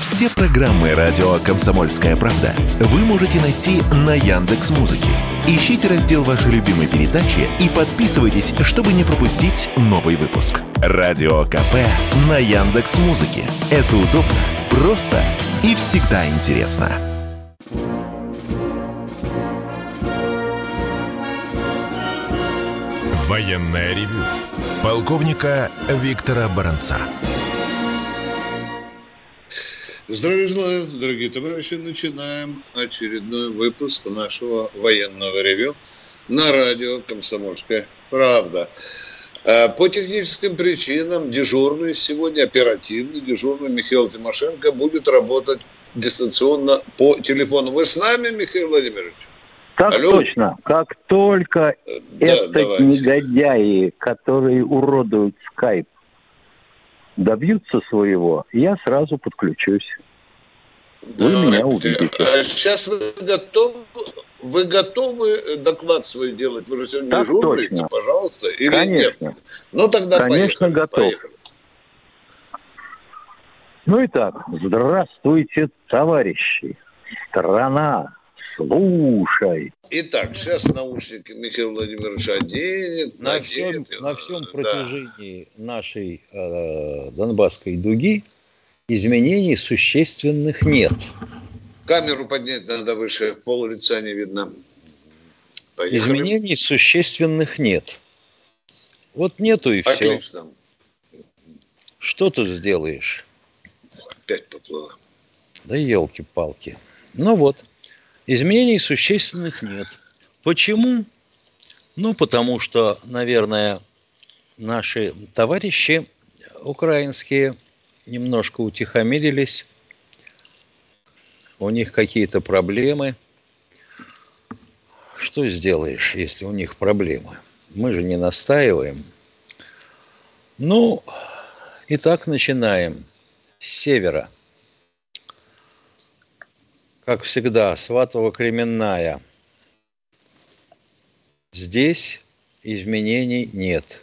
Все программы радио «Комсомольская правда» вы можете найти на Яндекс.Музыке. Ищите раздел вашей любимой передачи и подписывайтесь, чтобы не пропустить новый выпуск. Радио КП на Яндекс.Музыке. Это удобно, просто и всегда интересно. Военное ревю полковника Виктора Баранца. Здравия желаю, дорогие товарищи. Начинаем очередной выпуск нашего военного ревю на радио «Комсомольская правда». По техническим причинам дежурный сегодня, оперативный дежурный Михаил Тимошенко будет работать дистанционно по телефону. Вы с нами, Михаил Владимирович? Так Алло? точно. Как только негодяи, которые уродуют скайп, добьются своего, я сразу подключусь. Вы меня увидите. Сейчас вы готовы доклад свой делать? Вы же сегодня так дежурный, точно. Пожалуйста, или конечно. нет? Ну тогда конечно, готов. Поехали. Ну и так, здравствуйте, товарищи. Страна, слушай. Итак, сейчас наушники Михаил Владимирович оденет. На всем протяжении нашей Донбасской дуги изменений существенных нет. Камеру поднять надо выше, пол лица не видно. Поехали. Изменений существенных нет. Вот нету и все. Отлично. Что тут сделаешь? Опять поплыло. Да елки-палки. Ну вот. Изменений существенных нет. Почему? Ну, потому что, наверное, наши товарищи украинские немножко утихомирились. У них какие-то проблемы. Что сделаешь, если у них проблемы? Мы же не настаиваем. Ну, итак, начинаем с севера. Как всегда, Сватово-Кременная. Здесь изменений нет.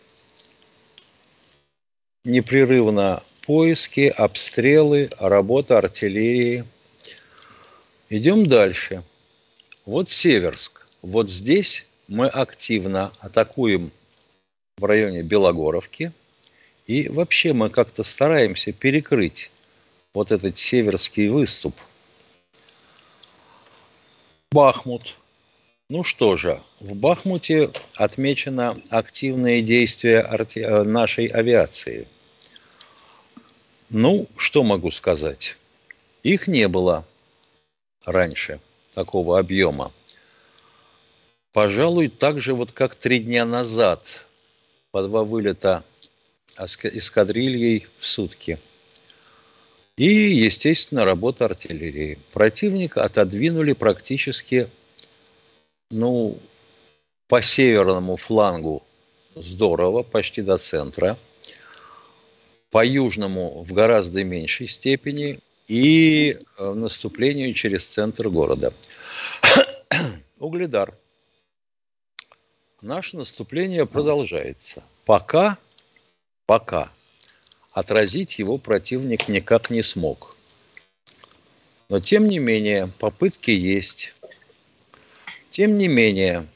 Непрерывно поиски, обстрелы, работа артиллерии. Идем дальше. Вот Северск. Вот здесь мы активно атакуем в районе Белогоровки. И вообще мы как-то стараемся перекрыть вот этот северский выступ. Бахмут. Ну что же, в Бахмуте отмечено активные действия нашей авиации. Ну, что могу сказать? Их не было раньше, такого объема. Пожалуй, так же, вот как 3 дня назад, по 2 вылета эскадрильей в сутки. И, естественно, работа артиллерии. Противника отодвинули практически, по северному флангу здорово, почти до центра. По южному в гораздо меньшей степени. И наступлению через центр города. Угледар. Наше наступление продолжается. Пока отразить его противник никак не смог. Но, тем не менее, попытки есть. Тем не менее,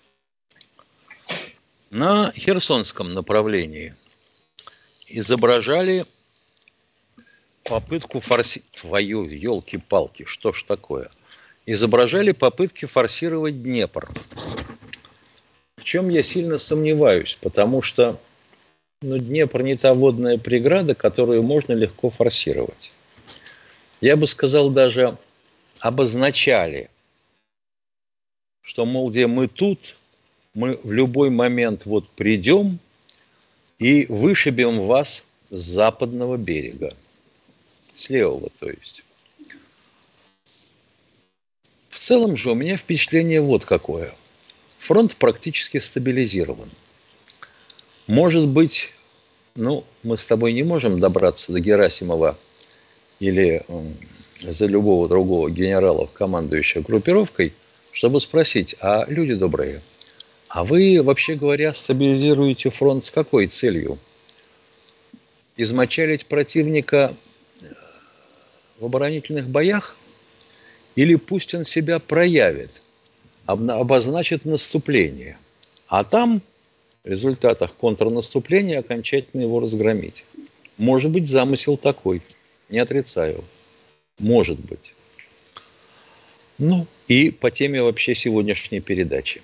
на Херсонском направлении изображали попытку Твою, елки-палки, что ж такое? Изображали попытки форсировать Днепр. В чем я сильно сомневаюсь, потому что Днепр не та водная преграда, которую можно легко форсировать. Я бы сказал, даже обозначали, что, мол, где мы тут, мы в любой момент вот придем и вышибем вас с западного берега. С левого, то есть. В целом же у меня впечатление вот какое. Фронт практически стабилизирован. Может быть, мы с тобой не можем добраться до Герасимова или за любого другого генерала, командующего группировкой, чтобы спросить, а люди добрые, а вы, вообще говоря, стабилизируете фронт с какой целью? Измочалить противника в оборонительных боях, или пусть он себя проявит, обозначит наступление, а там в результатах контрнаступления окончательно его разгромить. Может быть, замысел такой, не отрицаю. Может быть. Ну, и по теме вообще сегодняшней передачи.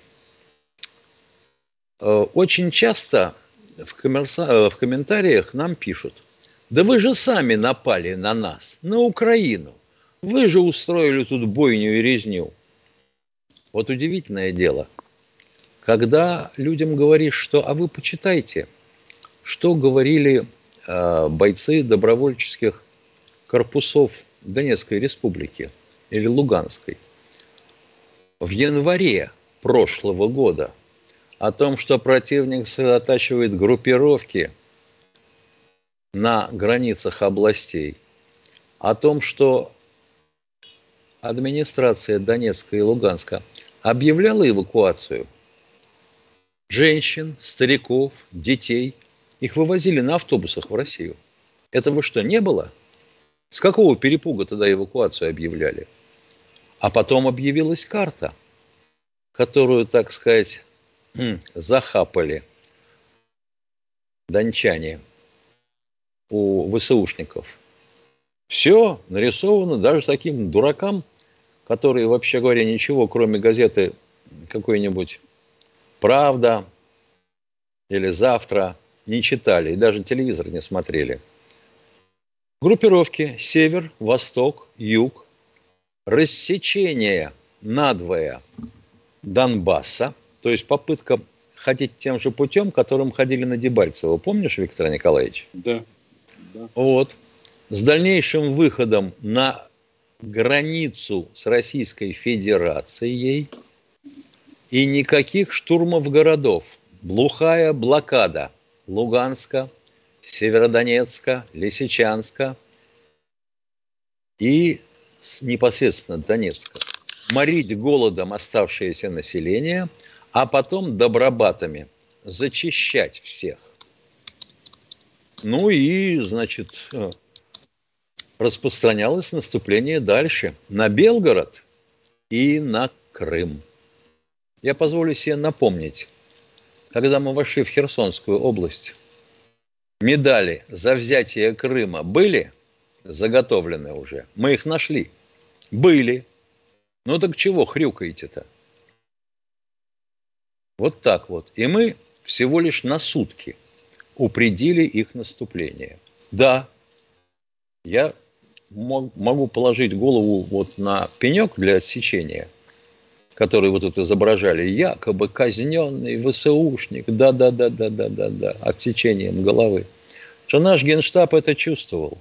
Очень часто в комментариях нам пишут: да вы же сами напали на нас, на Украину. Вы же устроили тут бойню и резню. Вот удивительное дело. Когда людям говоришь, что «а вы почитайте», что говорили бойцы добровольческих корпусов Донецкой республики или Луганской в январе прошлого года о том, что противник сосредотачивает группировки на границах областей, о том, что администрация Донецка и Луганска объявляла эвакуацию женщин, стариков, детей. Их вывозили на автобусах в Россию. Этого что, не было? С какого перепуга тогда эвакуацию объявляли? А потом объявилась карта, которую, так сказать, захапали дончане у ВСУшников. Все нарисовано даже таким дуракам, которые, вообще говоря, ничего, кроме газеты какой-нибудь «Правда» или «Завтра» не читали и даже телевизор не смотрели. Группировки север, восток, юг, рассечение надвое Донбасса, то есть попытка ходить тем же путем, которым ходили на Дебальцево. Помнишь, Виктор Николаевич? Да. Вот. С дальнейшим выходом на границу с Российской Федерацией и никаких штурмов городов. Глухая блокада Луганска, Северодонецка, Лисичанска и непосредственно Донецка. Морить голодом оставшееся население, а потом добробатами зачищать всех. Ну и, значит, распространялось наступление дальше на Белгород и на Крым. Я позволю себе напомнить, когда мы вошли в Херсонскую область, медали за взятие Крыма были заготовлены уже? Мы их нашли. Были. Ну так чего хрюкаете-то? Вот так вот. И мы всего лишь на сутки упредили их наступление. Да, я могу положить голову вот на пенек для отсечения, который вот тут изображали, якобы казненный ВСУшник, да, отсечением головы, что наш Генштаб это чувствовал.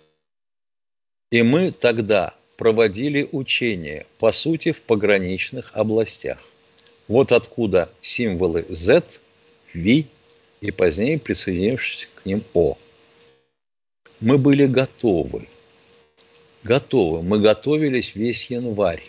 И мы тогда проводили учения, по сути, в пограничных областях. Вот откуда символы Z, V и позднее присоединившись к ним О. Мы были готовы. Мы готовились весь январь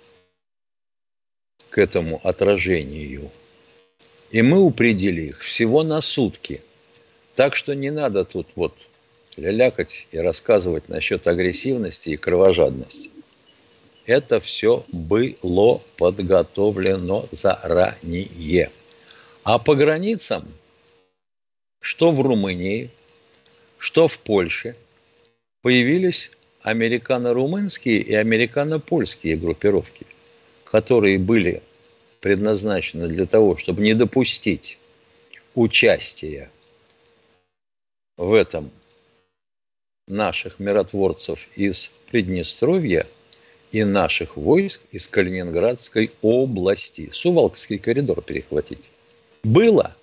к этому отражению. И мы упредили их всего на сутки. Так что не надо тут вот лялякать и рассказывать насчет агрессивности и кровожадности. Это все было подготовлено заранее. А по границам, что в Румынии, что в Польше, появились американо-румынские и американо-польские группировки, которые были предназначены для того, чтобы не допустить участия в этом наших миротворцев из Приднестровья и наших войск из Калининградской области. Сувалкский коридор перехватить. Было.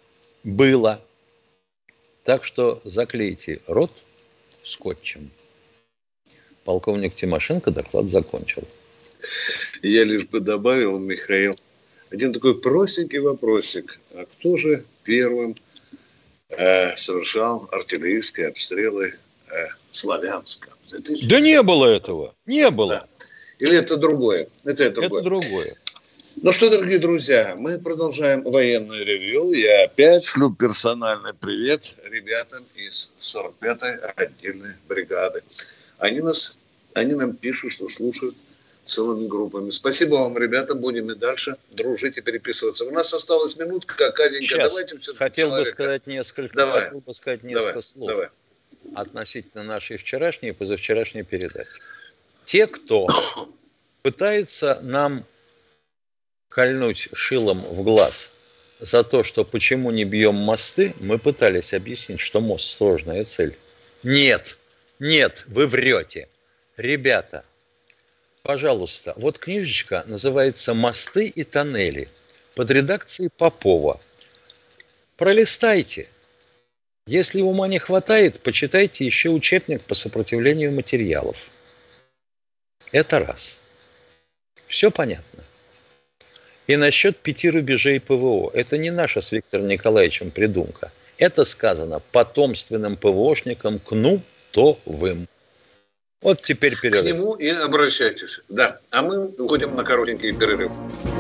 Так что заклейте рот скотчем. Полковник Тимошенко доклад закончил. Я лишь бы добавил, Михаил, один такой простенький вопросик. А кто же первым совершал артиллерийские обстрелы Славянска? Да не было этого. Не было. Да. Или это другое? Это другое. Ну что, дорогие друзья, мы продолжаем военное ревью. Я опять шлю персональный привет ребятам из 45-й отдельной бригады. Они нас Они нам пишут, что слушают целыми группами. Спасибо вам, ребята. Будем и дальше дружить и переписываться. У нас осталась минутка. Катенька, Сейчас. давайте все-таки Хотел бы сказать несколько слов относительно нашей вчерашней и позавчерашней передачи. Те, кто пытается нам кольнуть шилом в глаз за то, что почему не бьем мосты, мы пытались объяснить, что мост – сложная цель. Нет, вы врете. Ребята, пожалуйста, вот книжечка называется «Мосты и тоннели» под редакцией Попова. Пролистайте. Если ума не хватает, почитайте еще учебник по сопротивлению материалов. Это раз. Все понятно. И насчет 5 рубежей ПВО. Это не наша с Виктором Николаевичем придумка. Это сказано потомственным ПВОшникам Кнутовым. Вот теперь перерыв. К нему и обращайтесь. Да. А мы уходим на коротенький перерыв.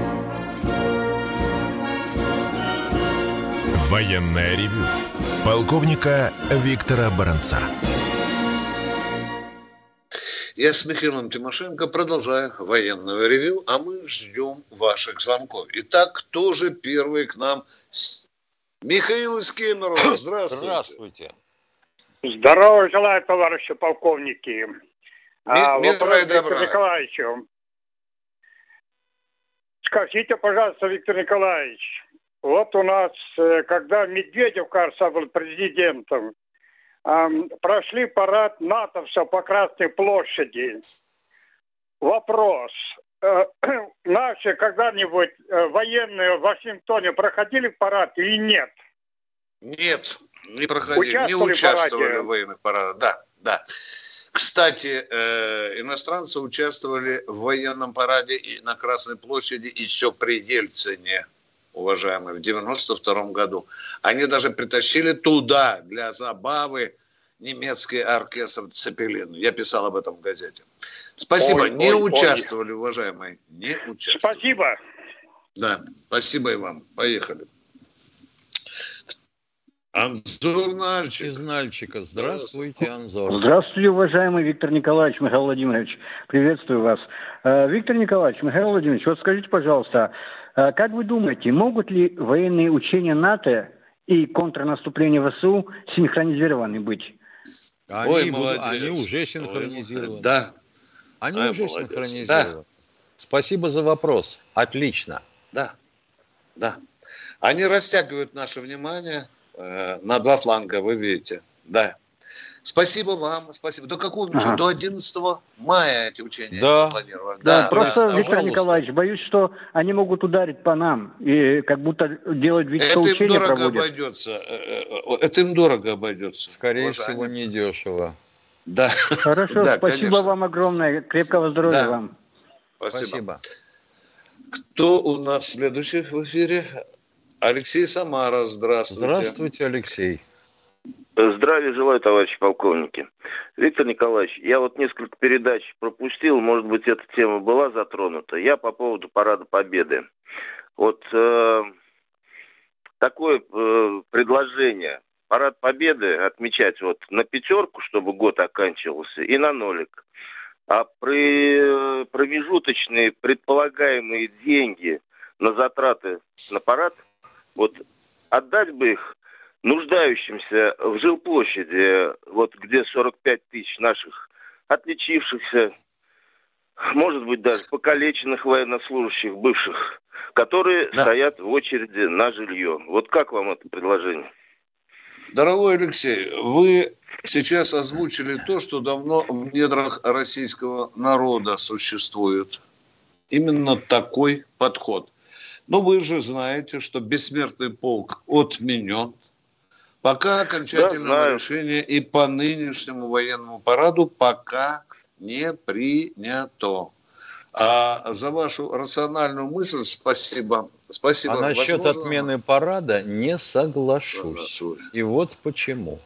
Военное ревю полковника Виктора Баранца. Я с Михаилом Тимошенко продолжаю военное ревю, а мы ждем ваших звонков. Итак, кто же первый к нам? Михаил из Кемерово. Здравствуйте. Здорово желаю, товарищи полковники. Вопрос Виктору Николаевичу. Скажите, пожалуйста, Виктор Николаевич, вот у нас, когда Медведев, кажется, был президентом, прошли парад натовцев по Красной площади. Вопрос. Наши когда-нибудь военные в Вашингтоне проходили парад или нет? Нет, не проходили, не участвовали в военных парадах. Да. Кстати, иностранцы участвовали в военном параде и на Красной площади еще при Ельцине, уважаемые, в 92 году. Они даже притащили туда для забавы немецкий оркестр Цепелин. Я писал об этом в газете. Спасибо. Не участвовали, уважаемые. Не участвовали. Спасибо. Да, спасибо и вам. Поехали. Анзор Нальчик. Из Нальчика. Здравствуйте, Анзор. Здравствуйте, уважаемый Виктор Николаевич, Михаил Владимирович. Приветствую вас. Виктор Николаевич, Михаил Владимирович, вот скажите, пожалуйста, как вы думаете, могут ли военные учения НАТО и контрнаступление ВСУ синхронизированы быть? Они уже синхронизированы. Да. Они уже синхронизированы. Да. Спасибо за вопрос. Отлично. Да. Они растягивают наше внимание на два фланга, вы видите. Да. Спасибо вам. Спасибо. До какого? До 11 мая эти учения запланированы. Да, просто, Виктор Николаевич, боюсь, что они могут ударить по нам и как будто делать вид, что учения проводят. Это им дорого обойдется. Скорее всего, недешево. Да. Хорошо, да, спасибо, конечно. Вам огромное. Крепкого здоровья вам. Спасибо. Кто у нас следующий в эфире? Алексей Самара, здравствуйте. Здравствуйте, Алексей. Здравия желаю, товарищи полковники. Виктор Николаевич, я вот несколько передач пропустил, может быть, эта тема была затронута. Я по поводу Парада Победы. Вот такое предложение. Парад Победы отмечать вот на 5, чтобы год оканчивался, и на 0. А промежуточные предполагаемые деньги на затраты на парад, вот отдать бы их нуждающимся в жилплощади, вот где 45 тысяч наших отличившихся, может быть, даже покалеченных военнослужащих, бывших, которые стоят в очереди на жилье. Вот как вам это предложение? Дорогой Алексей, вы сейчас озвучили то, что давно в недрах российского народа существует. Именно такой подход. Но вы же знаете, что бессмертный полк отменен. Пока окончательного решения и по нынешнему военному параду пока не принято. А за вашу рациональную мысль спасибо. Спасибо. А насчет отмены парада не соглашусь. И вот почему.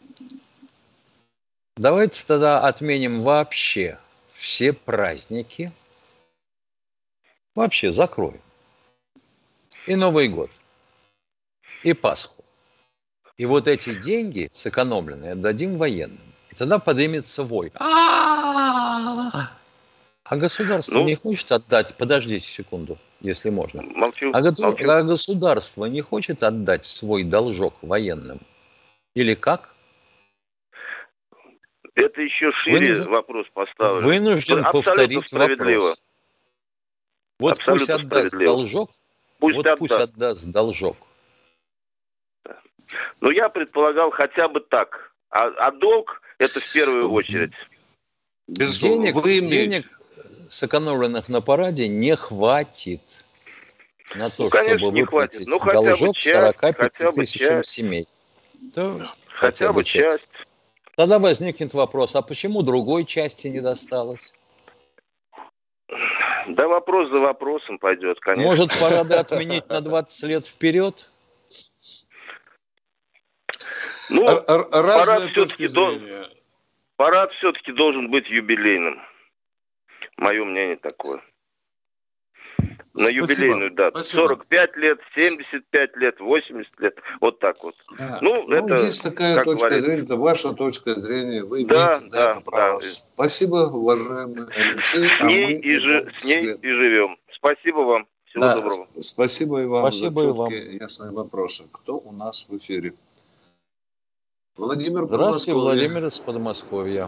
Давайте тогда отменим вообще все праздники. Вообще закроем. И Новый год. И Пасху. И вот эти деньги сэкономленные отдадим военным. И тогда поднимется вой. А государство Ну, не хочет отдать, подождите секунду, если можно. молчу. А государство не хочет отдать свой должок военным? Или как? Это еще шире вопрос поставлен. Вынужден Абсолютно повторить справедливо. вопрос. Вот Абсолютно пусть отдаст справедливо. должок. Пусть отдаст. отдаст должок. Но я предполагал хотя бы так. А долг это в первую очередь. Безусловно, вы имеете... Денег, сэкономленных на параде, не хватит на то, конечно, чтобы не выплатить хватит. Хотя бы должок часть, 45 хотя бы тысячам часть. семей. То Хотя бы часть. Тогда возникнет вопрос, а почему другой части не досталось? Да вопрос за вопросом пойдет, конечно. Может, парады отменить на 20 лет вперед? Ну, Разные точки зрения. Парад все-таки должен быть юбилейным. Мое мнение такое. На юбилейную дату. Спасибо. 45 лет, 75 лет, 80 лет. Вот так вот. Это, есть такая точка зрения, это ваша точка зрения. Вы имеете на это право. Спасибо, уважаемый Алексей. С ней и живем. Спасибо вам. Всего доброго. Спасибо и вам Спасибо за и вам. четкие, ясные вопросы. Кто у нас в эфире? Владимир. Здравствуйте, Владимир из Подмосковья.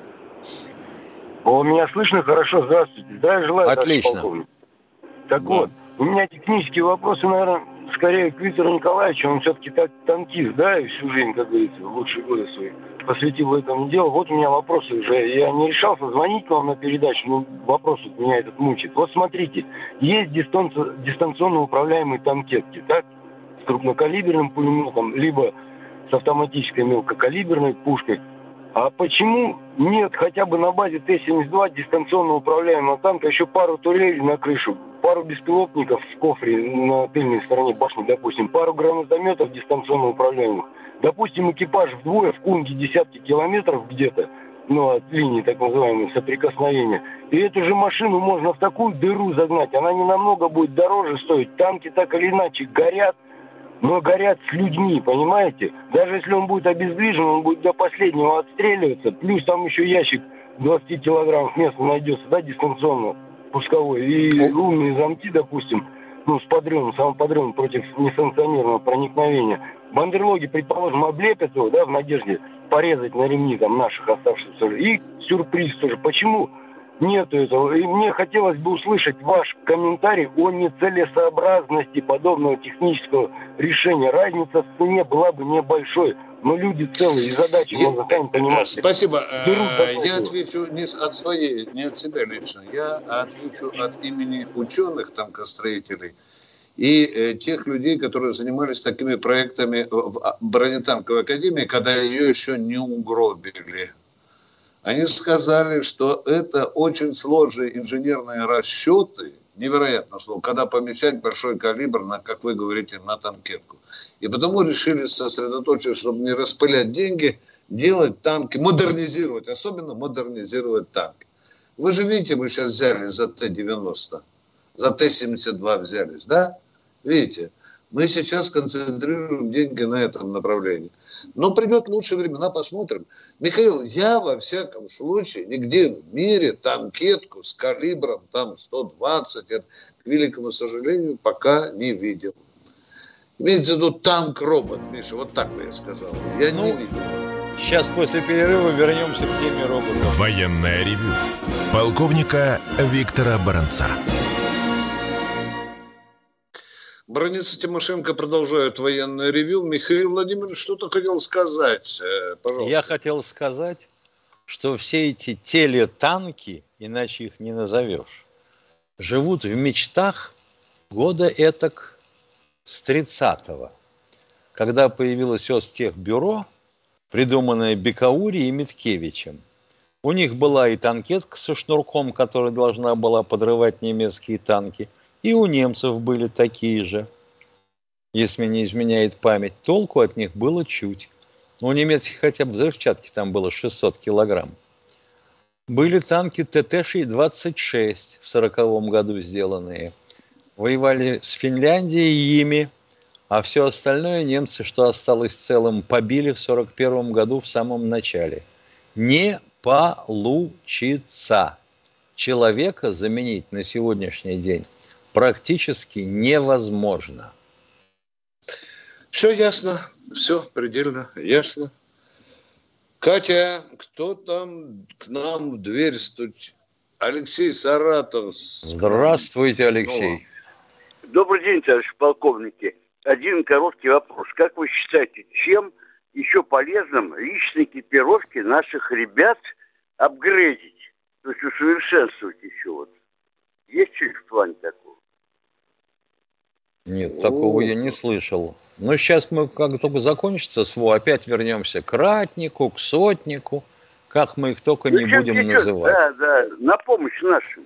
Меня слышно хорошо? Здравствуйте. Да, желаю. Отлично. Так вот, у меня технические вопросы, наверное, скорее к Виктору Николаевичу. Он все-таки танкист, да, и всю жизнь, как говорится, в лучшие годы свои посвятил этому делу. Вот у меня вопросы уже. Я не решался звонить к вам на передачу, но вопрос меня этот мучает. Вот смотрите, есть дистанционно управляемые танкетки, так? С крупнокалиберным пулеметом, либо с автоматической мелкокалиберной пушкой. А почему нет хотя бы на базе Т-72 дистанционно управляемого танка еще пару турелей на крышу, пару беспилотников в кофре на тыльной стороне башни, допустим, пару гранатометов дистанционно управляемых, допустим, экипаж вдвое в Кунге десятки километров где-то, от линии так называемой соприкосновения, и эту же машину можно в такую дыру загнать, она не намного будет дороже стоить, танки так или иначе горят, но горят с людьми, понимаете? Даже если он будет обездвижен, он будет до последнего отстреливаться. Плюс там еще ящик 20 килограммов места найдется, да, дистанционно пусковой. И умные замки, допустим, с подрывом, самым подрывом против несанкционированного проникновения. Бандерлоги, предположим, облепят его, да, в надежде порезать на ремни там наших оставшихся. И сюрприз тоже. Почему нету этого? И мне хотелось бы услышать ваш комментарий о нецелесообразности подобного технического решения. Разница в цене была бы небольшой, но люди целые, и задачи можно сами понимать. Спасибо. Я отвечу не от себя лично. Я отвечу от имени ученых танкостроителей и тех людей, которые занимались такими проектами в бронетанковой академии, когда ее еще не угробили. Они сказали, что это очень сложные инженерные расчеты, невероятно сложно, когда помещать большой калибр, как вы говорите, на танкетку. И потому решили сосредоточиться, чтобы не распылять деньги, делать танки, модернизировать, особенно модернизировать танки. Вы же видите, мы сейчас взялись за Т-90, за Т-72 взялись, да? Видите, мы сейчас концентрируем деньги на этом направлении. Но придет лучшие времена, посмотрим. Михаил, я во всяком случае нигде в мире танкетку с калибром там 120, к великому сожалению, пока не видел. Имеется в виду танк-робот, Миша, вот так бы я сказал. Я не видел. Сейчас после перерыва вернемся к теме роботов. Военное ревю полковника Виктора Баранца. Браница Тимошенко продолжают военное ревю. Михаил Владимирович что-то хотел сказать. Пожалуйста. Я хотел сказать, что все эти телетанки, иначе их не назовешь, живут в мечтах года этак с 30-го, когда появилось Остехбюро, придуманное Бекаури и Миткевичем. У них была и танкетка со шнурком, которая должна была подрывать немецкие танки, и у немцев были такие же, если мне не изменяет память. Толку от них было чуть. У немецких хотя бы взрывчатки там было 600 килограмм. Были танки ТТ-26 в 40-м году сделанные. Воевали с Финляндией ими, а все остальное немцы, что осталось целым, побили в 41-м году в самом начале. Не получится. Человека заменить на сегодняшний день практически невозможно. Все ясно, все предельно ясно. Катя, кто там к нам в дверь стучит? Алексей, Саратов. Здравствуйте, Алексей. Добрый день, товарищи полковники. Один короткий вопрос. Как вы считаете, чем еще полезным личной экипировки наших ребят апгрейдить? То есть усовершенствовать еще вот. Есть что-нибудь в плане такого? Нет, такого я не слышал. Но сейчас мы, как только закончится СВО, опять вернемся к ратнику, к сотнику, как мы их только не будем называть. Да, на помощь нашим.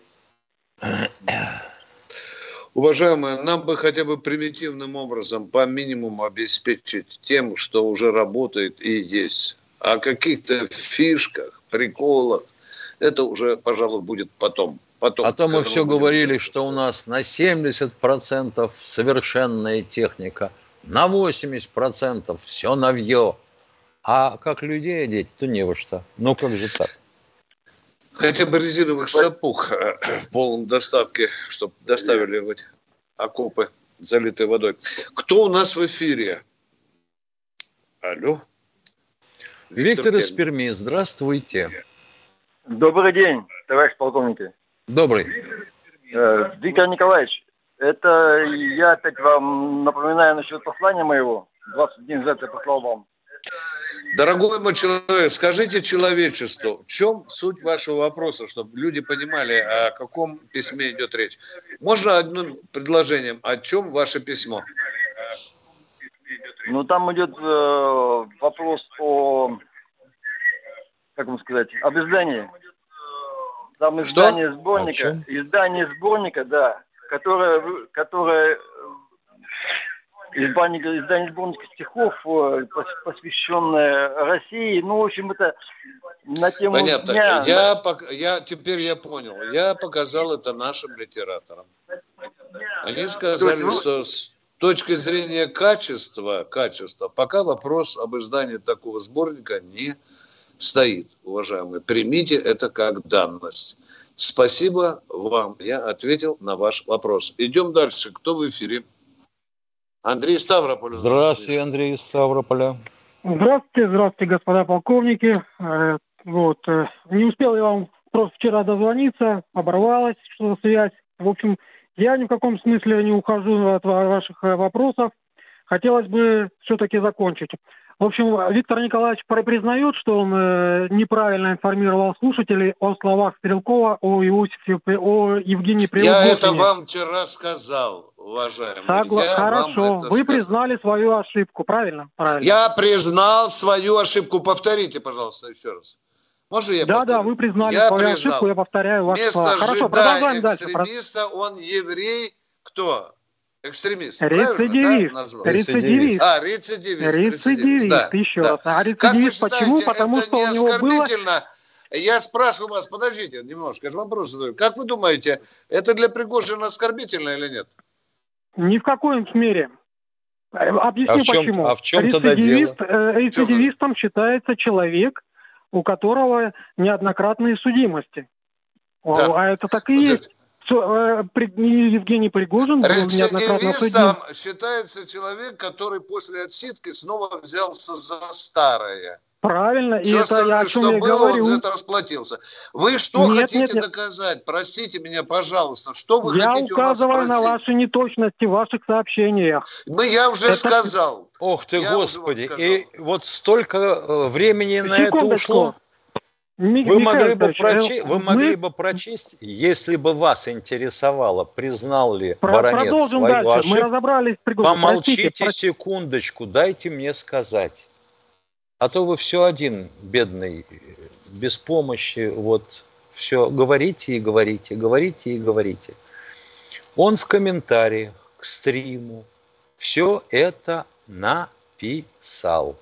Уважаемые, нам бы хотя бы примитивным образом по минимуму обеспечить тем, что уже работает и есть. О каких-то фишках, приколах, это уже, пожалуй, будет потом. А то мы все говорили, что у нас на 70% совершенная техника, на 80% все новье. А как людей одеть, то не во что. Ну как же так? Хотя бы резиновых сапог в полном достатке, чтобы доставили в эти окопы, залитые водой. Кто у нас в эфире? Алло? Виктор из Перми, здравствуйте. Добрый день, товарищ полковники. Добрый. Виктор Николаевич, это я опять вам напоминаю насчет послания моего. 20 дней назад я послал вам. Дорогой мой человек, скажите человечеству, в чем суть вашего вопроса, чтобы люди понимали, о каком письме идет речь. Можно одним предложением, о чем ваше письмо? Ну, там идет вопрос о, как вам сказать, об издании. Там издание сборника, да, которое издание сборника стихов, посвященное России. Ну, в общем, это на тему Понятно. дня. Теперь я понял. Я показал это нашим литераторам. Они сказали, что с точки зрения качества, пока вопрос об издании такого сборника не стоит, уважаемые. Примите это как данность. Спасибо вам. Я ответил на ваш вопрос. Идем дальше. Кто в эфире? Андрей Ставрополь. Здравствуйте, Андрей из Ставрополя. Здравствуйте, господа полковники. Не успел я вам просто вчера дозвониться, оборвалась что-то связь. В общем, я ни в каком смысле не ухожу от ваших вопросов. Хотелось бы все-таки закончить. В общем, Виктор Николаевич признает, что он неправильно информировал слушателей о словах Стрелкова, о Евгении Пригожине. Я это вам вчера сказал, уважаемый. Хорошо, вы признали свою ошибку, правильно? Я признал свою ошибку. Повторите, пожалуйста, еще раз. Можно я повторю? Да, вы признали свою ошибку, я повторяю ваши слова. Хорошо, продолжаем дальше. Экстремиста, он еврей, кто? Экстремист. Рецидивист. Рецидивист, да, еще да. раз. А рецидивист почему? Потому что у него было... Я спрашиваю вас, подождите немножко, я же вопрос задаю. Как вы думаете, это для Пригожина оскорбительно или нет? Ни в какой мере. Объясню почему. А в чем тогда дело? Рецидивистом считается человек, у которого неоднократные судимости. Да. А это так и есть. Евгений Пригожин был неоднократно судим. Рецидивистом считается человек, который после отсидки снова взялся за старое. Правильно, все и это я о чем что я было, говорю. Он это расплатился. Вы что хотите доказать? Простите меня, пожалуйста. Что вы хотите у нас спросить? Я указываю на ваши неточности в ваших сообщениях. Я уже сказал. Ох ты, Господи. И вот столько времени на это ушло. Вы могли бы прочесть, если бы вас интересовало, признал ли Баранец свою ошибку. Мы разобрались. Помолчите секундочку, дайте мне сказать. А то вы все один, бедный, без помощи, вот все говорите и говорите, говорите и говорите. Он в комментариях к стриму все это написал.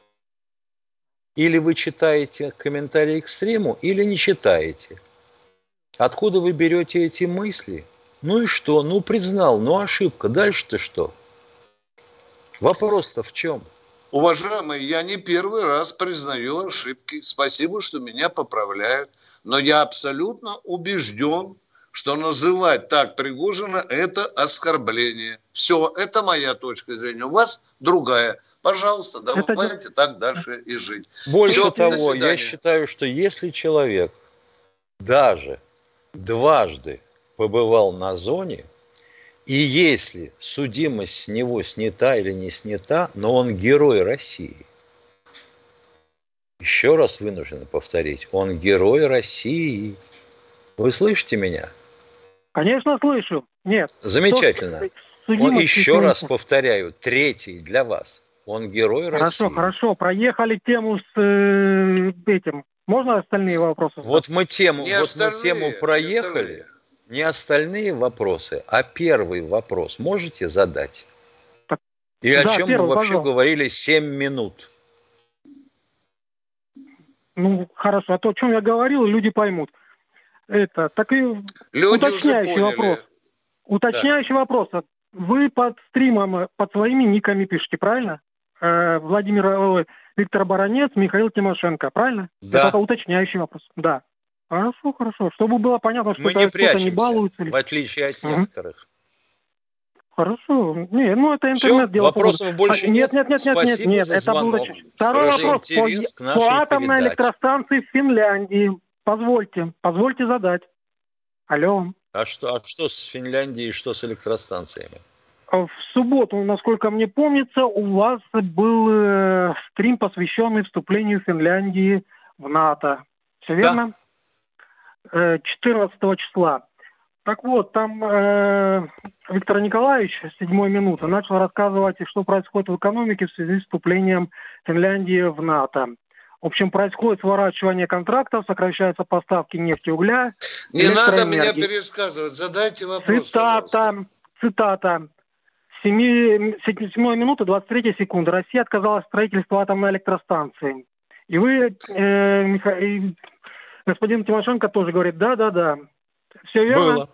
Или вы читаете комментарии к стриму, или не читаете. Откуда вы берете эти мысли? Ну и что? Ну признал, ну ошибка. Дальше-то что? Вопрос-то в чем? Уважаемые, я не первый раз признаю ошибки. Спасибо, что меня поправляют. Но я абсолютно убежден, что называть так Пригожина – это оскорбление. Все, это моя точка зрения. У вас другая. Пожалуйста, давайте так дальше и жить. Больше Все, того, я считаю, что если человек даже дважды побывал на зоне, и если судимость с него снята или не снята, но он герой России. Еще раз вынужден повторить, он герой России. Вы слышите меня? Конечно, слышу. Нет. Замечательно. Он, еще раз повторяю, третий для вас. Он герой России. Хорошо. Проехали тему с этим. Можно остальные вопросы? Вот мы тему проехали. Не остальные вопросы, а первый вопрос можете задать? И о чем мы вообще говорили 7 минут? Ну, хорошо. А то, о чем я говорил, люди поймут. Это так и люди уточняющий вопрос. Уточняющий вопрос. Вы под стримом, под своими никами пишете, правильно? Виктор Баранец, Михаил Тимошенко, правильно? Да. Это уточняющий вопрос. Да. Хорошо. Чтобы было понятно, что мы это не прячемся, не балуется. в отличие от некоторых. Хорошо. Это интернет дело. Вопросов больше нет. Нет. Это был второй вопрос по атомной электростанции в Финляндии. Позвольте задать. Алло. А что с Финляндией, что с электростанциями? В субботу, насколько мне помнится, у вас был стрим, посвященный вступлению Финляндии в НАТО. Все верно? Да. 14 числа. Так вот, там Виктор Николаевич с 7-й минуты начал рассказывать, что происходит в экономике в связи с вступлением Финляндии в НАТО. В общем, происходит сворачивание контрактов, сокращаются поставки нефти, угля. Не надо меня пересказывать, задайте вопрос. Цитата. 7 минуты 23 секунды. Россия отказалась от строительства атомной электростанции. И вы, господин Тимошенко, тоже говорит, да. Все верно? Было.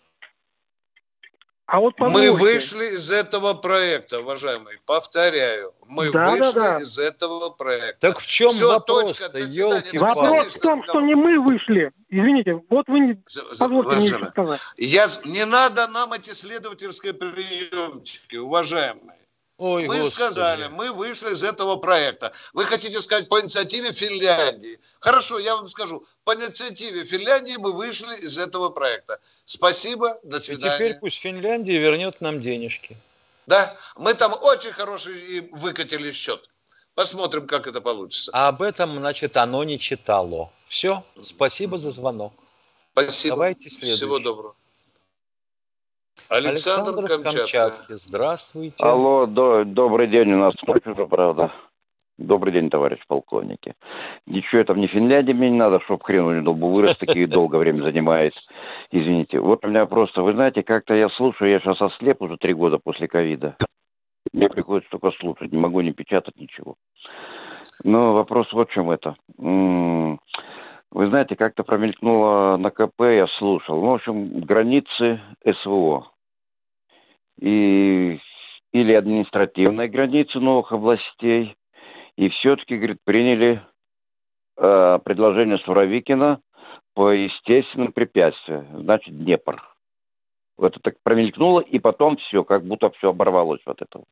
А вот мы вышли из этого проекта, уважаемые. Повторяю, мы вышли из этого проекта. Так в чем вопрос-то, елки-палки? Вопрос в том, что не мы вышли. Извините, вот вы позвольте мне сказать. Не надо нам эти следовательские приемчики, уважаемые. Ой, мы сказали, мы вышли из этого проекта. Вы хотите сказать по инициативе Финляндии? Хорошо, я вам скажу. По инициативе Финляндии мы вышли из этого проекта. Спасибо, до свидания. И теперь пусть Финляндия вернет нам денежки. Да, мы там очень хороший выкатили счет. Посмотрим, как это получится. А об этом, значит, оно не читало. Все, спасибо за звонок. Спасибо. Давайте следующий. Всего доброго. Александр с Камчатки. Здравствуйте. Алло, добрый день, у нас ночь уже, правда. Добрый день, товарищ полковники. Ничего там не Финляндия мне не надо, чтоб хрен у него вырос, такие долгое время занимает. Извините. Вот у меня просто, вы знаете, как-то я слушаю, я сейчас ослеп уже 3 года после ковида. Мне приходится только слушать, не могу не печатать ничего. Но вопрос вот в чем это. Вы знаете, как-то промелькнуло на КП, я слушал. В общем, границы СВО. Или административные границы новых областей. И все-таки, говорит, приняли предложение Суровикина по естественным препятствиям. Значит, Днепр. Вот это так промелькнуло, и потом все, как будто все оборвалось вот это вот.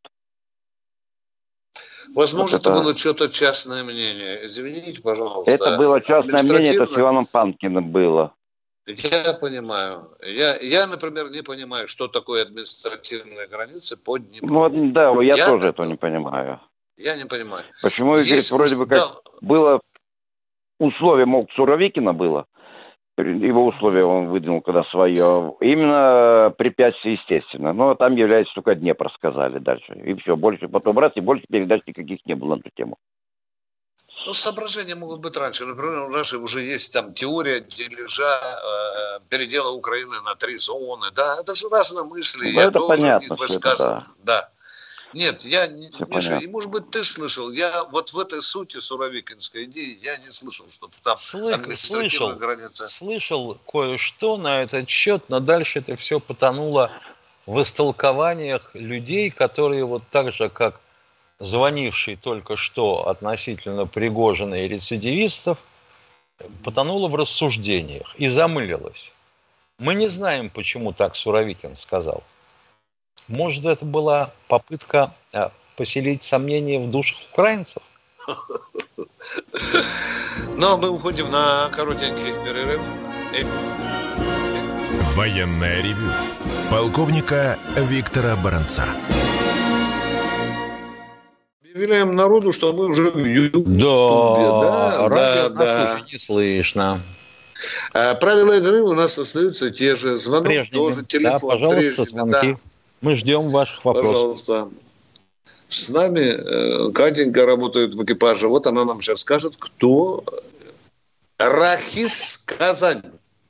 Возможно, вот это было что-то частное мнение. Извините, пожалуйста. Это было частное мнение, это с Иваном Панкиным было. Я понимаю. Я, например, не понимаю, что такое административная граница по Днепру. Ну, да, я тоже этого не понимаю. Я не понимаю. Почему, говорит, вроде бы как было условие, мол, Суровикина было, его условия он выдвинул когда свое, именно препятствие естественно. Но там является только Днепр, сказали дальше. И все, больше потом раз, и больше передач никаких не было на эту тему. Ну, соображения могут быть раньше. Например, у нас уже есть там теория дележа, передела Украины на 3 зоны. Да, это же разные мысли. Ну, я это должен понятно, их высказывать. Да. Нет, Миша, может быть, ты слышал. Я вот в этой сути суровикинской идеи я не слышал, что там административная граница. Слышал кое-что на этот счет, но дальше это все потонуло в истолкованиях людей, которые вот так же, как звонивший только что относительно Пригожина и рецидивистов, потонула в рассуждениях и замылилась. Мы не знаем, почему так Суровикин сказал. Может, это была попытка поселить сомнения в душах украинцев? Ну, а мы уходим на коротенький перерыв. Военное ревю полковника Виктора Баранца. Объявляем народу, что мы уже в Ютубе. Да, радио нас уже не слышно. Правила игры у нас остаются те же. Звонок прежними. тоже, телефон. Да, пожалуйста, прежними, звонки. Да. Мы ждем ваших вопросов. Пожалуйста. С нами Катенька работает в экипаже. Вот она нам сейчас скажет, кто Рахис, Казань.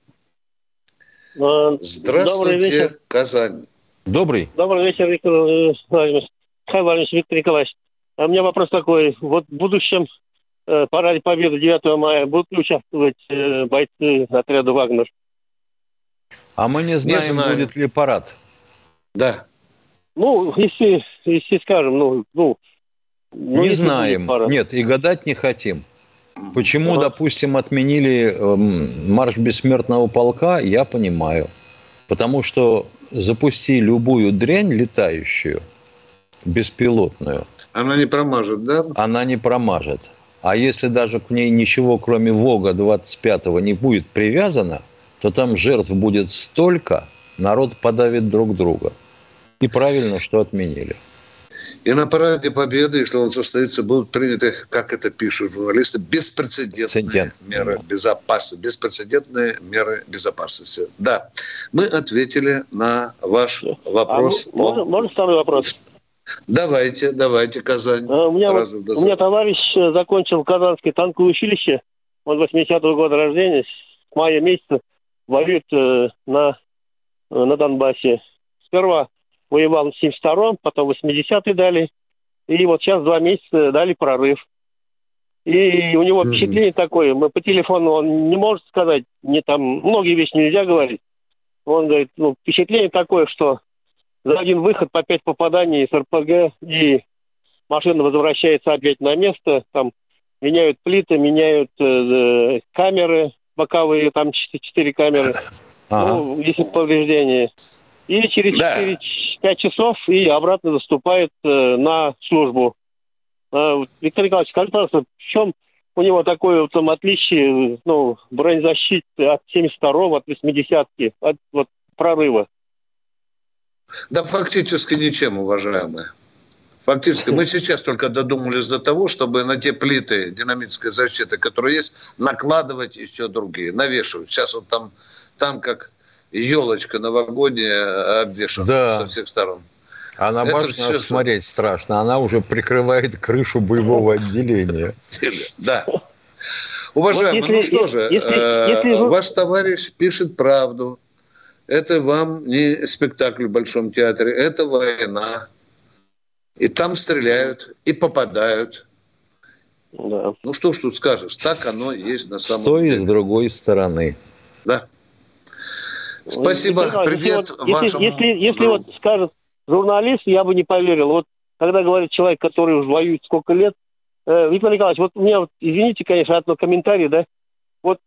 Здравствуйте, Казань. Добрый. Добрый вечер, Виктор Владимирович. Виктор Николаевич. У меня вопрос такой. Вот в будущем параде Победы 9 мая будут ли участвовать бойцы отряда «Вагнер»? А мы не знаем, будет ли парад. Да. Ну, если скажем, не знаем. Нет, и гадать не хотим. Почему, допустим, отменили марш бессмертного полка, я понимаю. Потому что запусти любую дрянь летающую, беспилотную. Она не промажет, да? Она не промажет. А если даже к ней ничего, кроме ВОГа 25-го, не будет привязано, то там жертв будет столько, народ подавит друг друга. И правильно, что отменили. И на параде Победы, если он состоится, будут приняты, как это пишут журналисты, беспрецедентные меры безопасности. Беспрецедентные меры безопасности. Да, мы ответили на ваш вопрос. Можно второй вопрос? Давайте, Казань. У меня товарищ закончил Казанское танковое училище. Он 80-го года рождения, с мая месяца воюет на Донбассе. Сперва воевал в 72-м, потом 80-й дали. И вот сейчас 2 месяца дали прорыв. И у него впечатление такое. Мы по телефону он не может сказать, многие вещи нельзя говорить. Он говорит, впечатление такое, что за один выход по 5 попаданий с РПГ, и машина возвращается опять на место. Там меняют плиты, меняют камеры боковые, там 4 камеры. Если повреждения. И через 5 часов и обратно заступает на службу. Виктор Николаевич, скажите, пожалуйста, в чем у него такое отличие бронезащиты от 72-го, от 80-ки, от прорыва? Да фактически ничем, уважаемые. Фактически мы сейчас только додумались до того, чтобы на те плиты динамической защиты, которые есть, накладывать еще другие, навешивать. Сейчас вот там как елочка на вагоне обвешана со всех сторон. А на башню смотреть страшно. Она уже прикрывает крышу боевого отделения. Да. Уважаемые, ваш товарищ пишет правду. Это вам не спектакль в Большом театре, это война. И там стреляют, и попадают. Да. Ну что ж тут скажешь, так оно есть на самом деле. С той и с другой стороны. Да. Спасибо. Привет вашему... Если скажет журналист, я бы не поверил. Вот когда говорит человек, который уже воюет сколько лет. Виктор Николаевич, вот у меня, извините, конечно, одно комментарий, да. Вот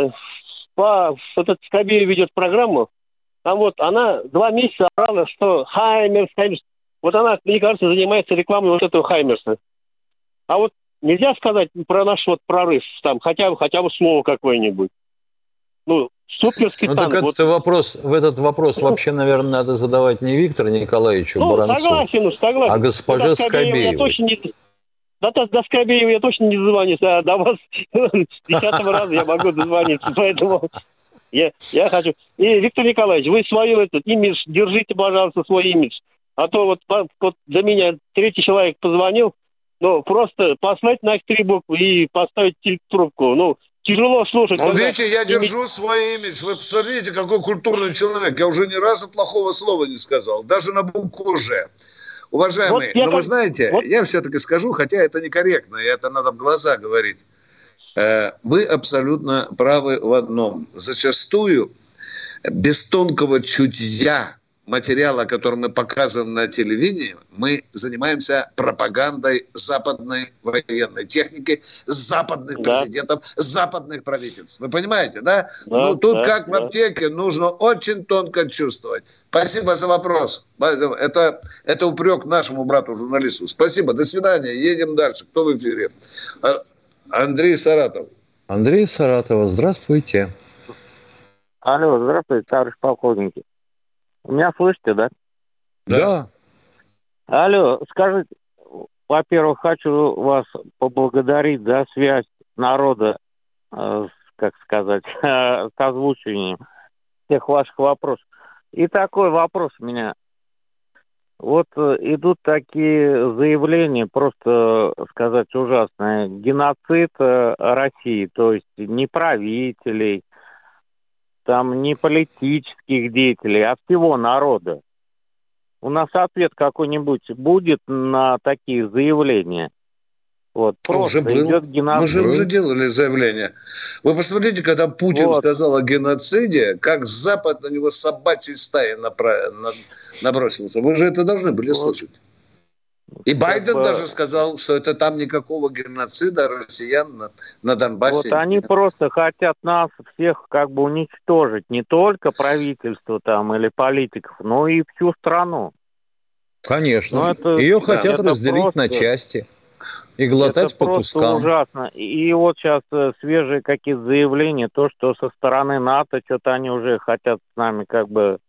этот Скобеев ведет программу, там вот она 2 месяца орала, что Хаймерс. Вот она, мне кажется, занимается рекламой вот этого Хаймерса. А вот нельзя сказать про наш прорыв, там, хотя бы слово какое-нибудь. Суперский танк. Так этот вопрос вообще, наверное, надо задавать не Виктору Николаевичу Баранцу, согласен. А госпоже Скобеевой. До Скобеева я точно не дозвонюсь, а до вас с 10-го раза я могу дозвониться, поэтому я хочу. И, Виктор Николаевич, вы свой имидж, держите, пожалуйста, свой имидж. А то вот до меня 3-й человек позвонил, просто послать на 3 буквы и поставить трубку. Тяжело слушать. Видите, я держу свой имидж. Вы посмотрите, какой культурный человек. Я уже ни разу плохого слова не сказал. Даже на букву «Ж». Уважаемые, вы знаете, я все-таки скажу, хотя это некорректно, и это надо в глаза говорить. Вы абсолютно правы в одном. Зачастую без тонкого чутья материала, который мы показываем на телевидении, мы занимаемся пропагандой западной военной техники, западных президентов, западных правительств. Вы понимаете, да? Ну, тут как в аптеке, нужно очень тонко чувствовать. Спасибо за вопрос. Это упрек нашему брату-журналисту. Спасибо, до свидания, едем дальше. Кто в эфире? Андрей Саратов. Андрей Саратова, здравствуйте. Алло, здравствуйте, товарищ полковники. Меня слышите, да? Да. Алло, скажите, во-первых, хочу вас поблагодарить за связь народа, как сказать, с озвучиванием всех ваших вопросов. И такой вопрос у меня. Вот идут такие заявления, просто сказать ужасные. Геноцид России, то есть не правителей, там не политических деятелей, а всего народа. У нас ответ какой-нибудь будет на такие заявления? Вот, просто идет геноцид. Мы же уже делали заявление. Вы посмотрите, когда Путин сказал о геноциде, как Запад на него собачьей стаей набросился. Вы же это должны были слышать. И Байден даже сказал, что это там никакого геноцида россиян на Донбассе. Вот они просто хотят нас всех как бы уничтожить. Не только правительство там или политиков, но и всю страну. Конечно. Ее хотят разделить на части и глотать по кускам. Это просто ужасно. И вот сейчас свежие какие-то заявления, то, что со стороны НАТО что-то они уже хотят с нами как бы...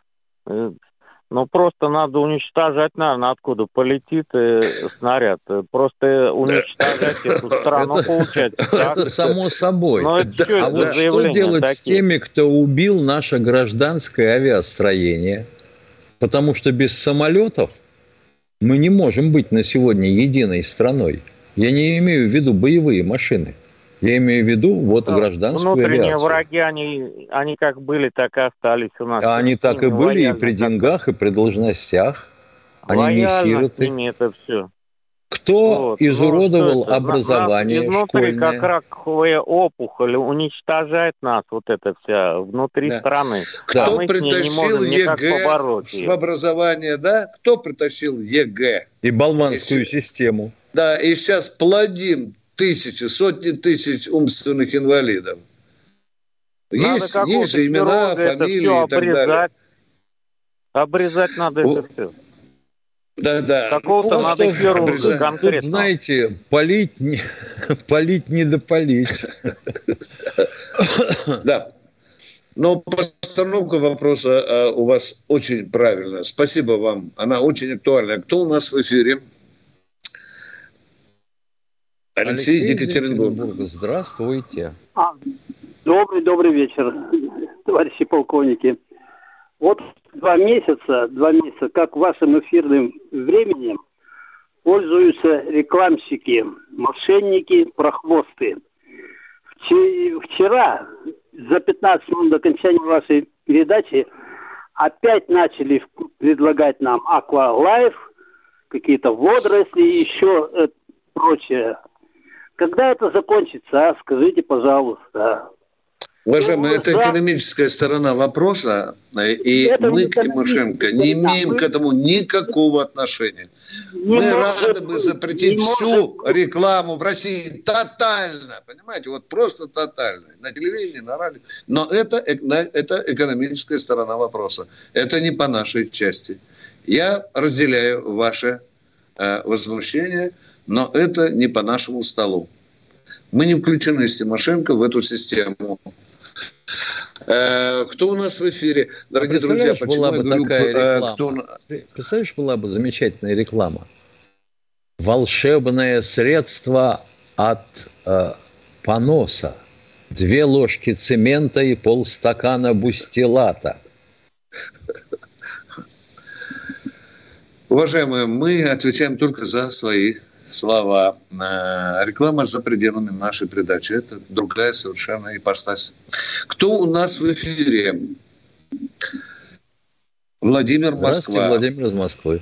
Ну, просто надо уничтожать, наверное, откуда полетит снаряд. Просто уничтожать эту страну, получается. Это само собой. А вот что делать с теми, кто убил наше гражданское авиастроение? Потому что без самолетов мы не можем быть на сегодня единой страной. Я не имею в виду боевые машины. Я имею в виду гражданскую внутренние авиацию. Враги, они как были, так и остались у нас. А они так и были и при деньгах, и при должностях. Они не сироты. Это все. Кто изуродовал образование изнутри, школьное? как раковая опухоль, уничтожает нас вот это вся внутри страны. Кто притащил ЕГЭ в образование, да? Кто притащил ЕГЭ? И болванскую систему. Да, и сейчас плодим сотни тысяч умственных инвалидов. Есть же имена, фамилии и так далее. Обрезать надо это все. Да. Какого-то надо хирурга конкретно. Тут, знаете, полить не допалить. Да. Но постановка вопроса у вас очень правильная. Спасибо вам. Она очень актуальна. Кто у нас в эфире? Алексей из Екатеринбурга. Здравствуйте. Добрый вечер, товарищи полковники. Вот 2 месяца, как вашим эфирным временем пользуются рекламщики, мошенники, прохвосты. Вчера, за 15 минут до окончания вашей передачи, опять начали предлагать нам Aqua Life, какие-то водоросли и еще прочее. Когда это закончится, скажите, пожалуйста. Уважаемые, это экономическая сторона вопроса, и мы к Тимошенко не имеем к этому никакого отношения. Мы рады бы запретить всю рекламу в России тотально, понимаете, вот просто тотально, на телевидении, на радио. Но это экономическая сторона вопроса. Это не по нашей части. Я разделяю ваше возмущение, но это не по нашему столу. Мы не включены с Тимошенко в эту систему. Кто у нас в эфире? Дорогие друзья, почему была бы такая реклама? Представляешь, была бы замечательная реклама. Волшебное средство от поноса. 2 ложки цемента и полстакана бустилата. Уважаемые, мы отвечаем только за свои слова. Реклама за пределами нашей передачи. Это другая совершенно ипостась. Кто у нас в эфире? Владимир, Москва. Здравствуйте, Владимир из Москвы.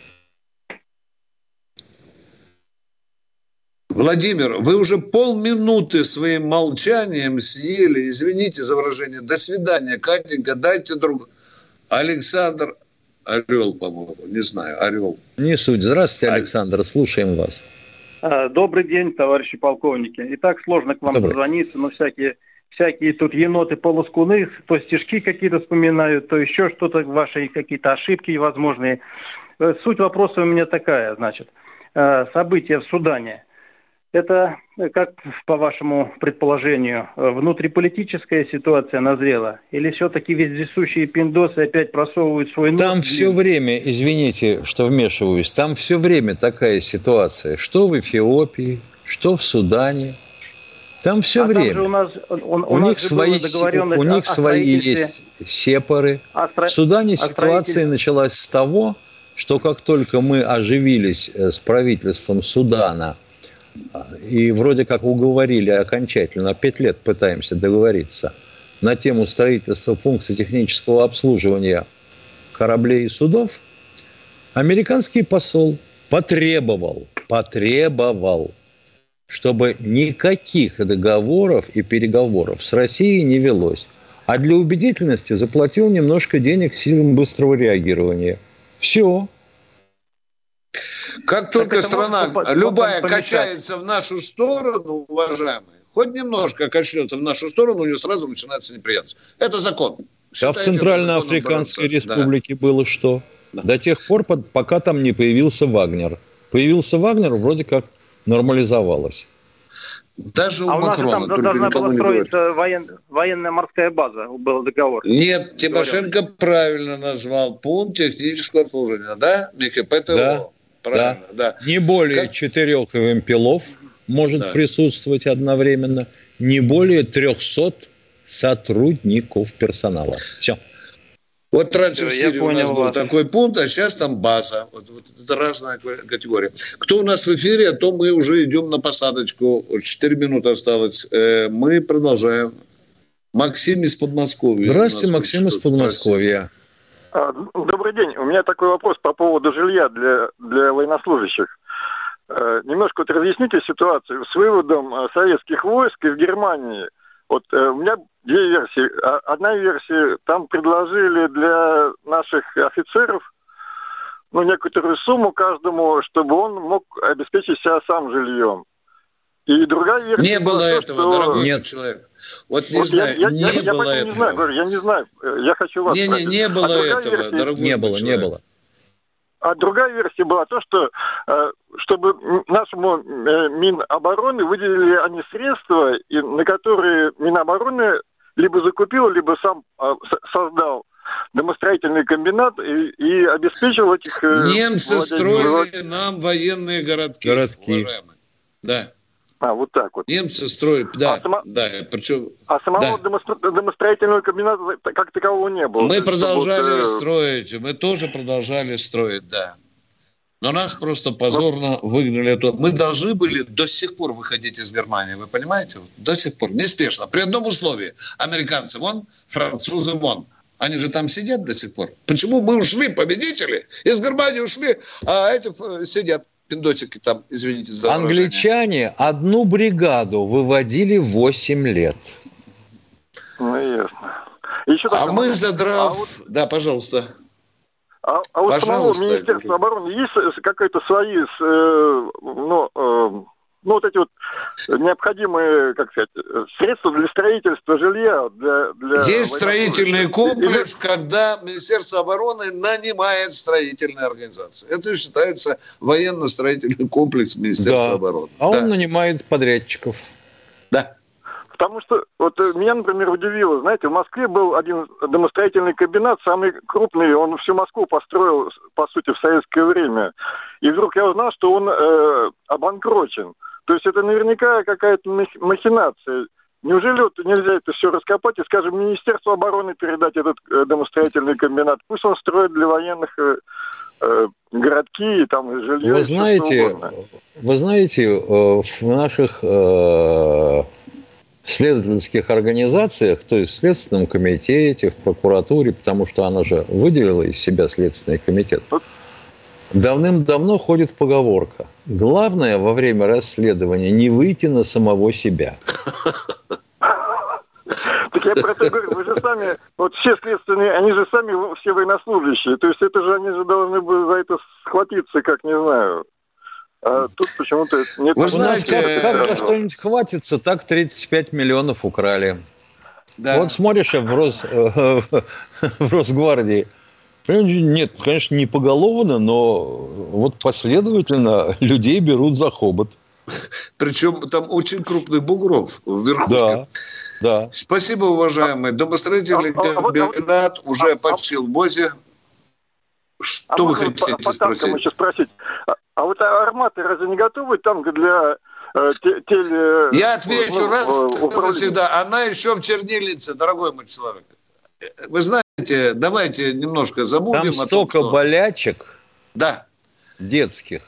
Владимир, вы уже полминуты своим молчанием съели. Извините за выражение. До свидания, Катенька. Дайте другу. Александр Орел, по-моему, не знаю, Орел. Не суть. Здравствуйте, Александр, слушаем вас. Добрый день, товарищи полковники. И так сложно к вам дозвониться, но всякие тут еноты-полоскуны, то стишки какие-то вспоминают, то еще что-то, ваши какие-то ошибки возможные. Суть вопроса у меня такая, значит. События в Судане. Это, как по вашему предположению, внутриполитическая ситуация назрела? Или все-таки вездесущие пиндосы опять просовывают свой нос? Там все время, извините, что вмешиваюсь, там все время такая ситуация. Что в Эфиопии, что в Судане. Там все время. У них свои есть сепары. В Судане ситуация началась с того, что как только мы оживились с правительством Судана и вроде как уговорили окончательно, 5 лет пытаемся договориться на тему строительства пункта технического обслуживания кораблей и судов, американский посол потребовал, чтобы никаких договоров и переговоров с Россией не велось. А для убедительности заплатил немножко денег силам быстрого реагирования. Все. Как только страна любая качается в нашу сторону, уважаемые, хоть немножко качнется в нашу сторону, у нее сразу начинается неприятность. Это закон. А в Центральноафриканской Республике было что? Да. До тех пор, пока там не появился Вагнер. Появился Вагнер, вроде как нормализовалось. Даже у Макрона. У нас там должна была строиться военная морская база, был договор. Нет, Тимошенко правильно назвал пункт технического обслуживания, да, ПТО? Да. Правильно, да. Не более 4 вымпелов может присутствовать одновременно, не более 300 сотрудников персонала. Все. Вот раньше в Сирии у нас был такой пункт, а сейчас там база. Вот это разная категория. Кто у нас в эфире, а то мы уже идем на посадочку. 4 минуты осталось. Мы продолжаем. Максим из Подмосковья. Здравствуйте, Максим из Подмосковья. Добрый день. У меня такой вопрос по поводу жилья для военнослужащих. Немножко разъясните ситуацию с выводом советских войск из Германии. Вот у меня 2 версии. Одна версия, там предложили для наших офицеров некоторую сумму каждому, чтобы он мог обеспечить себя сам жильем. И другая версия... Не было этого, дорогой человек. Вот не знаю, не было этого. Я не знаю, я хочу вас спросить. Не было этого, дорогой человек. Не было. А другая версия была то, что чтобы нашему Минобороны выделили они средства, на которые Минобороны либо закупил, либо сам создал домостроительный комбинат и обеспечил этих... Немцы строили нам военные городки. Уважаемые. Да. Вот так вот. Немцы строят, да. Причем, самого домостроительного комбината как такового не было. Мы продолжали строить, мы тоже продолжали строить, да. Но нас просто позорно выгнали. Мы должны были до сих пор выходить из Германии, вы понимаете? До сих пор, неспешно. При одном условии. Американцы вон, французы вон. Они же там сидят до сих пор. Почему мы ушли, победители? Из Германии ушли, а эти сидят. Пиндосики там, извините за выражение. Англичане одну бригаду выводили 8 лет. Ясно. Мы задрав... Да, пожалуйста. У самого Министерства обороны есть какие-то свои, вот эти вот необходимые, как сказать, средства для строительства жилья? Есть строительный комплекс, когда Министерство обороны нанимает строительные организации. Это считается военно-строительный комплекс Министерства обороны. А он нанимает подрядчиков. Да. Потому что вот меня, например, удивило, знаете, в Москве был один домостроительный комбинат, самый крупный, он всю Москву построил, по сути, в советское время. И вдруг я узнал, что он обанкрочен. То есть это наверняка какая-то махинация. Неужели вот нельзя это все раскопать и, скажем, Министерству обороны передать этот домостроительный комбинат? Пусть он строит для военных городки и там жилье. Вы знаете, в наших следовательских организациях, то есть в Следственном комитете, в прокуратуре, потому что она же выделила из себя Следственный комитет, давным-давно ходит поговорка. Главное во время расследования не выйти на самого себя. Так я про это говорю, вы же сами, вот все следственные, они же сами все военнослужащие, то есть это же они же должны были за это схватиться, как не знаю. А тут почему-то нет... Вы знаете, как за что-нибудь хватится, так 35 миллионов украли. Да. Вот смотришь в Росгвардии. Нет, конечно, не поголовно, но вот последовательно людей берут за хобот. Причем там очень крупный бугров вверху. Да. Спасибо, уважаемый. Домостроительный комбинат уже почти в МОЗе. Что вы хотите спросить? Еще спросить. А вот арматы разве не готовы танк для теле... Я отвечу раз навсегда. Она еще в чернильнице, дорогой мой человек. Вы знаете, давайте немножко забудем. Там столько болячек. Да. Детских.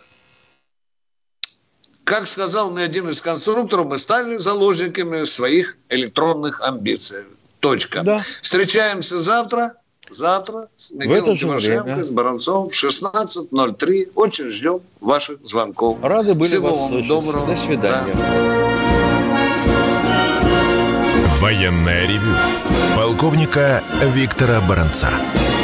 Как сказал мне один из конструкторов, мы стали заложниками своих электронных амбиций. Точка. Да. Встречаемся завтра с Михаилом Тимошенко, с Баранцовым в 16:03. Очень ждем ваших звонков. Рады были Всего вас вам слышать. доброго. До свидания. Военное ревю полковника Виктора Баранца.